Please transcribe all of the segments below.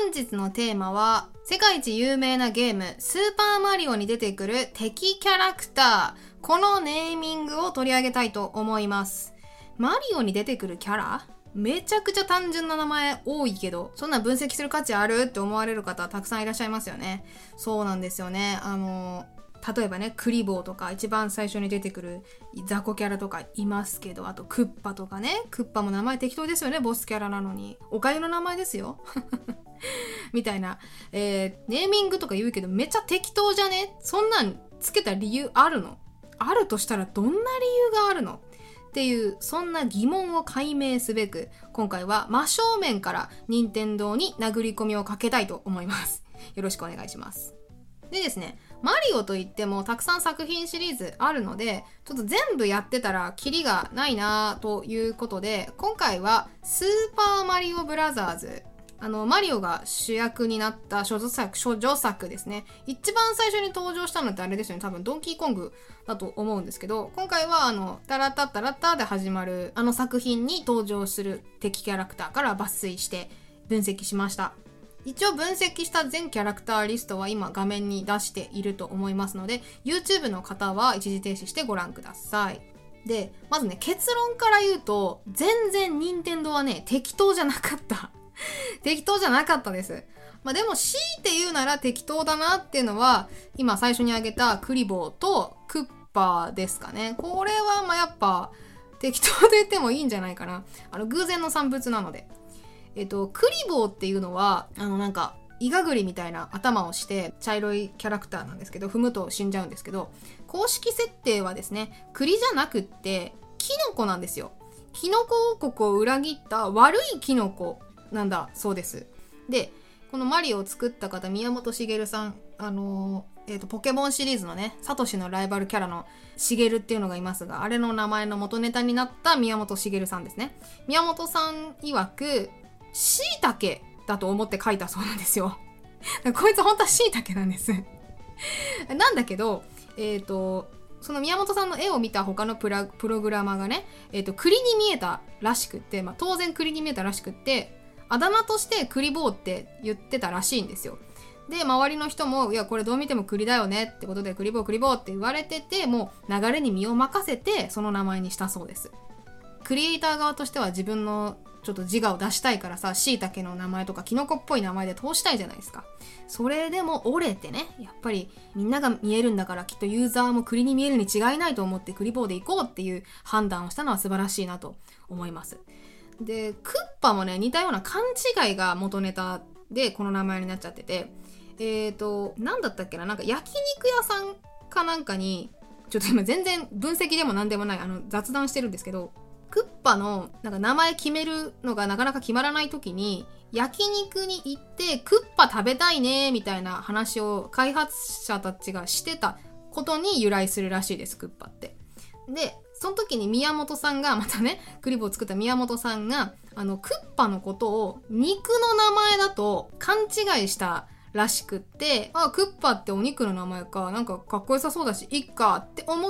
本日のテーマは世界一有名なゲームスーパーマリオに出てくる敵キャラクター、このネーミングを取り上げたいと思います。マリオに出てくるキャラ、めちゃくちゃ単純な名前多いけど、そんな分析する価値あるって思われる方たくさんいらっしゃいますよね。そうなんですよね。例えばね、クリボーとか一番最初に出てくる雑魚キャラとかいますけど、あとクッパとかね、クッパも名前適当ですよね、ボスキャラなのに。おかゆの名前ですよ。みたいな、ネーミングとか言うけどめっちゃ適当じゃね？そんなんつけた理由あるの？あるとしたらどんな理由があるの？っていう、そんな疑問を解明すべく、今回は真正面から任天堂に殴り込みをかけたいと思います。よろしくお願いします。でですね、マリオといってもたくさん作品シリーズあるので、ちょっと全部やってたらキリがないなということで、今回はスーパーマリオブラザーズ、マリオが主役になった処女作ですね。一番最初に登場したのってあれですよね。多分ドンキーコングだと思うんですけど、今回はタラッタッタラッタで始まる作品に登場する敵キャラクターから抜粋して分析しました。一応分析した全キャラクターリストは今画面に出していると思いますので、 YouTube の方は一時停止してご覧ください。で、まずね、結論から言うと全然任天堂はね、適当じゃなかった適当じゃなかったです。まあでも強いて言うなら適当だなっていうのは、今最初に挙げたクリボーとクッパですかね。これはまあやっぱ適当と言ってもいいんじゃないかな。偶然の産物なので。クリボーっていうのはなんかイガグリみたいな頭をして茶色いキャラクターなんですけど、踏むと死んじゃうんですけど、公式設定はですね、栗じゃなくってキノコなんですよ。キノコ王国を裏切った悪いキノコなんだそうです。で、このマリオを作った方、宮本茂さん、ポケモンシリーズのね、サトシのライバルキャラの茂っていうのがいますが、あれの名前の元ネタになった宮本茂さんですね。宮本さん曰く、椎茸だと思って書いたそうなんですよ。こいつ本当は椎茸なんです。なんだけど、その宮本さんの絵を見た他のプログラマーがね、栗に見えたらしくって、当然栗に見えたらしくって、あだ名として栗棒って言ってたらしいんですよ。で、周りの人も、いや、これどう見ても栗だよねってことで、栗棒って言われてて、もう流れに身を任せて、その名前にしたそうです。クリエイター側としては自分のちょっと自我を出したいからさ、椎茸の名前とかキノコっぽい名前で通したいじゃないですか。それでも折れてね、やっぱりみんなが見えるんだから、きっとユーザーも栗に見えるに違いないと思って栗棒で行こうっていう判断をしたのは素晴らしいなと思います。で、クッパもね、似たような勘違いが元ネタでこの名前になっちゃってて、なんだったっけな、なんか焼肉屋さんかなんかに、ちょっと今全然分析でもなんでもない雑談してるんですけど、クッパのなんか名前決めるのがなかなか決まらない時に、焼肉に行ってクッパ食べたいねみたいな話を開発者たちがしてたことに由来するらしいです、クッパって。で、その時に宮本さんが、またね、クリボーを作った宮本さんがクッパのことを肉の名前だと勘違いしたらしくって、クッパってお肉の名前か、なんかかっこよさそうだしいっかって思って、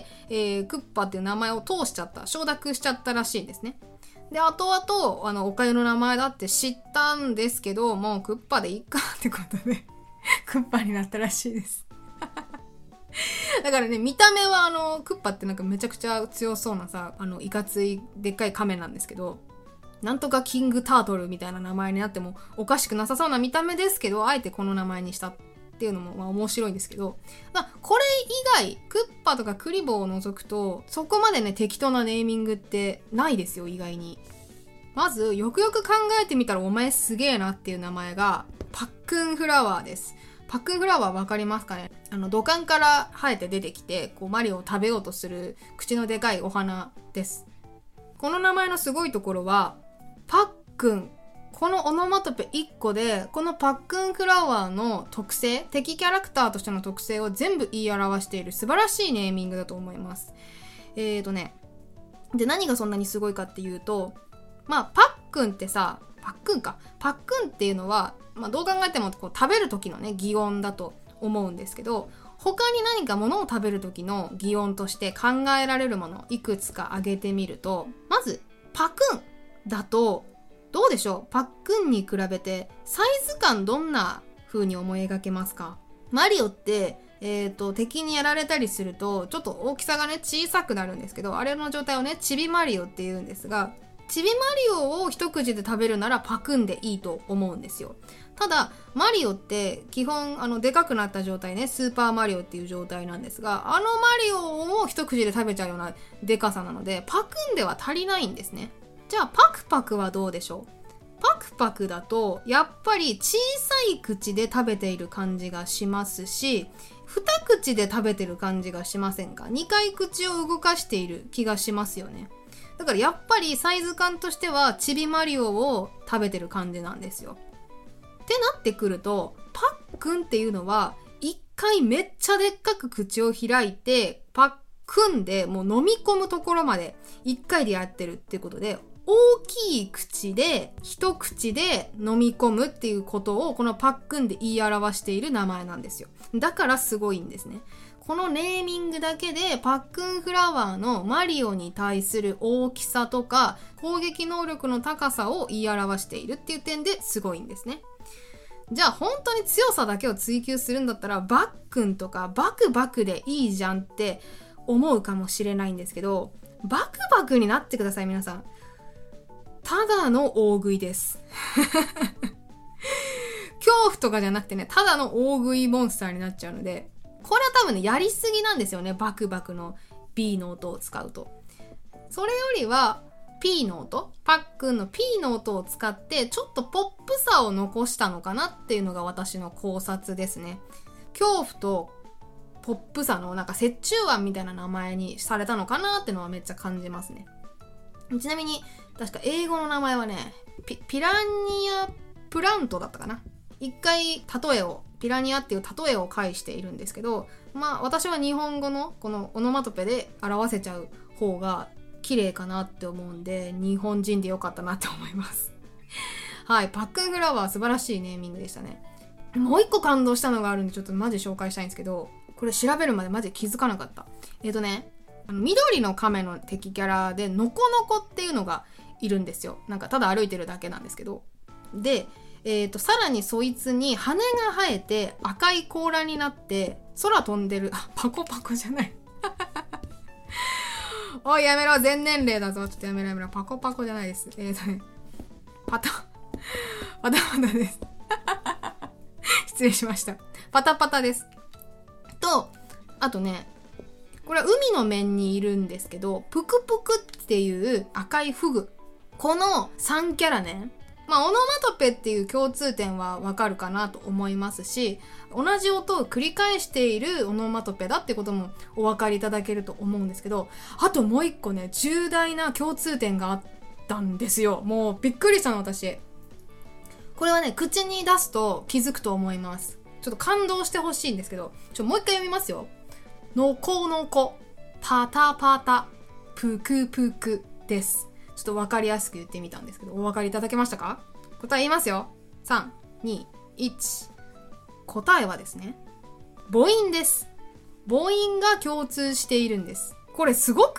クッパっていう名前を通しちゃった、承諾しちゃったらしいんですね。で、後々おかゆの名前だって知ったんですけど、もうクッパでいっかってことでクッパになったらしいですだからね、見た目はクッパってなんかめちゃくちゃ強そうなさ、いかついでっかい亀なんですけど、なんとかキングタートルみたいな名前になってもおかしくなさそうな見た目ですけど、あえてこの名前にしたっていうのも面白いんですけど、これ以外クッパとかクリボーを除くとそこまでね、適当なネーミングってないですよ、意外に。まずよくよく考えてみたらお前すげえなっていう名前がパックンフラワーです。パックンフラワーわかりますかね。土管から生えて出てきて、こうマリオを食べようとする口のでかいお花です。この名前のすごいところは、パックン、このオノマトペ1個でこのパックンフラワーの特性、敵キャラクターとしての特性を全部言い表している素晴らしいネーミングだと思います。で、何がそんなにすごいかっていうと、パックンってさ、パックンっていうのは、どう考えてもこう食べる時のね、擬音だと思うんですけど、他に何か物を食べる時の擬音として考えられるものいくつか挙げてみると、まずパクンだとどうでしょう、パックンに比べてサイズ感どんな風に思い描けますか？マリオって敵にやられたりするとちょっと大きさがね小さくなるんですけど、あれの状態をねちびマリオって言うんですが、ちびマリオを一口で食べるならパクンでいいと思うんですよ。ただマリオって基本でかくなった状態ね、スーパーマリオっていう状態なんですが、マリオを一口で食べちゃうようなでかさなのでパクンでは足りないんですね。じゃあパクパクはどうでしょう？パクパクだとやっぱり小さい口で食べている感じがしますし、二口で食べてる感じがしませんか？2回口を動かしている気がしますよね。だからやっぱりサイズ感としてはちびマリオを食べてる感じなんですよ。ってなってくると、パックンっていうのは一回めっちゃでっかく口を開いてパックンでもう飲み込むところまで一回でやってるっていうことで、大きい口で一口で飲み込むっていうことをこのパックンで言い表している名前なんですよ。だからすごいんですね。このネーミングだけでパックンフラワーのマリオに対する大きさとか攻撃能力の高さを言い表しているっていう点ですごいんですね。じゃあ本当に強さだけを追求するんだったらバックンとかバクバクでいいじゃんって思うかもしれないんですけど、バクバクになってください皆さん。ただの大食いです恐怖とかじゃなくてね、ただの大食いモンスターになっちゃうので、これは多分ねやりすぎなんですよね。バクバクの B の音を使うと、それよりは P の音、パックンの P の音を使ってちょっとポップさを残したのかなっていうのが私の考察ですね。恐怖とポップさのなんか折衷案みたいな名前にされたのかなってのはめっちゃ感じますね。ちなみに確か英語の名前はねピラニアプラントだったかな。一回例えをピラニアっていう例えを介しているんですけど、まあ私は日本語のこのオノマトペで表せちゃう方が綺麗かなって思うんで、日本人でよかったなって思いますはい、パックンフラワー素晴らしいネーミングでしたね。もう一個感動したのがあるんでちょっとマジ紹介したいんですけど、これ調べるまでマジ気づかなかった。緑の亀の敵キャラでノコノコっていうのがいるんですよ。なんかただ歩いてるだけなんですけど、でさらにそいつに羽が生えて赤い甲羅になって空飛んでる。パコパコじゃないおいやめろ、全年齢だぞ。ちょっとやめろ、パコパコじゃないです。パタパタです失礼しました。パタパタですと、あとねこれは海の面にいるんですけど、プクプクっていう赤いフグ、この3キャラね、まあオノマトペっていう共通点はわかるかなと思いますし、同じ音を繰り返しているオノマトペだってこともお分かりいただけると思うんですけど、あともう一個ね重大な共通点があったんですよ。もうびっくりしたの私。これはね口に出すと気づくと思います。ちょっと感動してほしいんですけど、もう一回読みますよ。のこのこ、パタパタ、ぷくぷくです。ちょっと分かりやすく言ってみたんですけど、お分かりいただけましたか？答え言いますよ。3、2、1。答えはですね、母音です。母音が共通しているんです。これすごくない？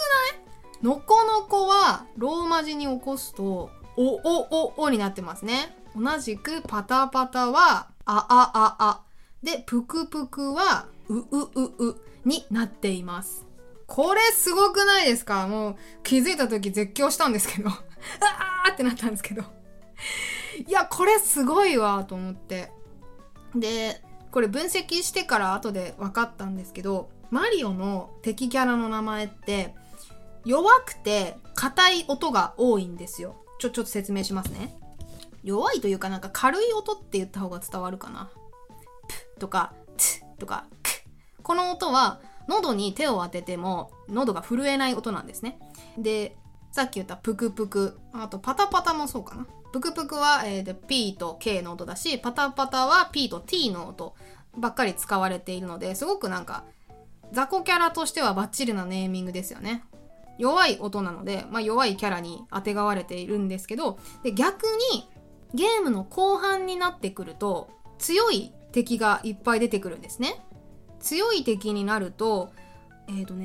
のこのこはローマ字に起こすと、おになってますね。同じくパタパタは、あ。で、ぷくぷくは、うになっています。これすごくないですか？もう気づいた時絶叫したんですけどあーってなったんですけどいやこれすごいわと思って、でこれ分析してから後で分かったんですけど、マリオの敵キャラの名前って弱くて硬い音が多いんですよ。ちょっと説明しますね。弱いというかなんか軽い音って言った方が伝わるかな。プとかツとかク、この音は喉に手を当てても喉が震えない音なんですね。でさっき言ったプクプク、あとパタパタもそうかな。プクプクは、P と K の音だし、パタパタは P と T の音ばっかり使われているので、すごくなんか雑魚キャラとしてはバッチリなネーミングですよね。弱い音なので、弱いキャラに当てがわれているんですけど、で逆にゲームの後半になってくると強い敵がいっぱい出てくるんですね。強い敵になると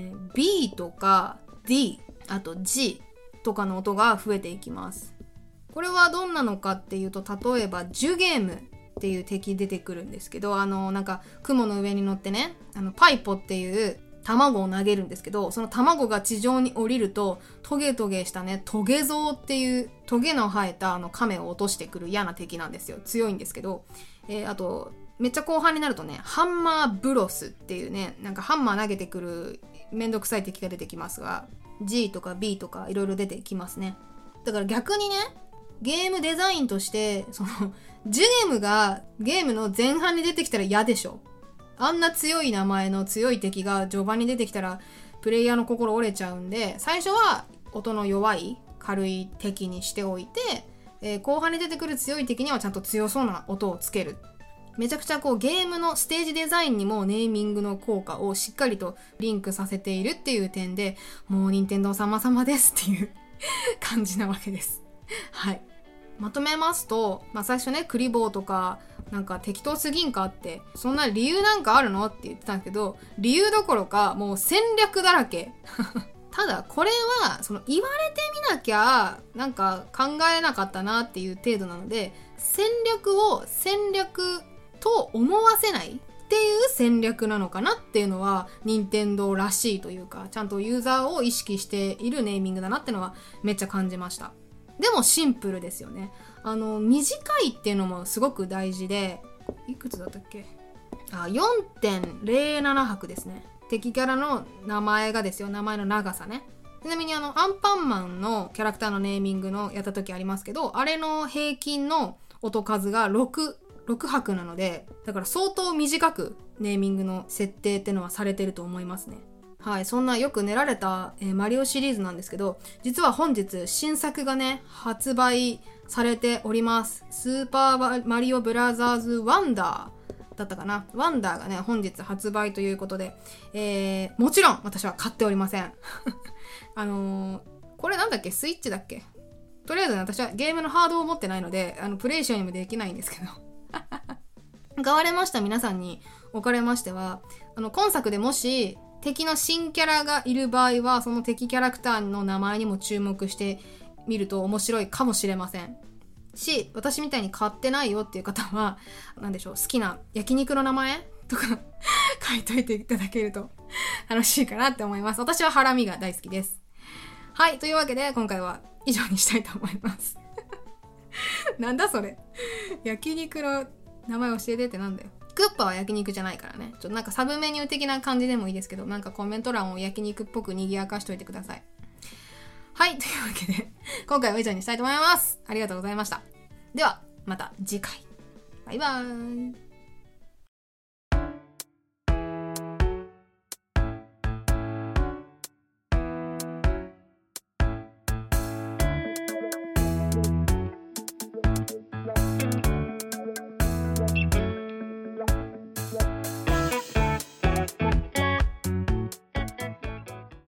B とか D、 あと G とかの音が増えていきます。 これはどんなのかっていうと、例えばジュゲームっていう敵出てくるんですけど、なんか雲の上に乗ってね、パイポっていう卵を投げるんですけど、その卵が地上に降りるとトゲトゲしたね、トゲゾウっていうトゲの生えた亀を落としてくる嫌な敵なんですよ。強いんですけど、あとめっちゃ後半になるとね、ハンマーブロスっていうね、なんかハンマー投げてくるめんどくさい敵が出てきますが、 G とか B とかいろいろ出てきますね。だから逆にね、ゲームデザインとしてそのジュゲームがゲームの前半に出てきたら嫌でしょ。あんな強い名前の強い敵が序盤に出てきたらプレイヤーの心折れちゃうんで、最初は音の弱い軽い敵にしておいて、後半に出てくる強い敵にはちゃんと強そうな音をつける。めちゃくちゃこうゲームのステージデザインにもネーミングの効果をしっかりとリンクさせているっていう点で、もう任天堂様々ですっていう感じなわけです。はい。まとめますと、最初ね、クリボーとかなんか適当すぎんかって、そんな理由なんかあるのって言ってたんだけど、理由どころかもう戦略だらけ。ただこれはその言われてみなきゃなんか考えなかったなっていう程度なので、戦略を戦略と思わせないっていう戦略なのかなっていうのは任天堂らしいというか、ちゃんとユーザーを意識しているネーミングだなっていうのはめっちゃ感じました。でもシンプルですよね。短いっていうのもすごく大事で、いくつだったっけ？4.07 拍ですね。敵キャラの名前がですよ、名前の長さね。ちなみにアンパンマンのキャラクターのネーミングのやった時ありますけど、あれの平均の音数が6拍なので、だから相当短くネーミングの設定ってのはされてると思いますね。はい、そんなよく練られた、マリオシリーズなんですけど、実は本日新作がね発売されております。スーパーマリオブラザーズワンダーだったかな、ワンダーがね本日発売ということで、もちろん私は買っておりません。これなんだっけ、スイッチだっけ。とりあえず、ね、私はゲームのハードを持ってないのでプレイしようにもできないんですけど買われました皆さんにおかれましては、今作でもし敵の新キャラがいる場合は、その敵キャラクターの名前にも注目してみると面白いかもしれませんし、私みたいに買ってないよっていう方は、なんでしょう、好きな焼肉の名前とか書いといていただけると楽しいかなって思います。私はハラミが大好きです。はい、というわけで今回は以上にしたいと思いますなんだそれ、焼肉の名前教えてってなんだよ。クッパは焼肉じゃないからね。ちょっとなんかサブメニュー的な感じでもいいですけど、なんかコメント欄を焼肉っぽく賑やかしといてください。はい、というわけで今回は以上にしたいと思います。ありがとうございました。ではまた次回。バイバーイ。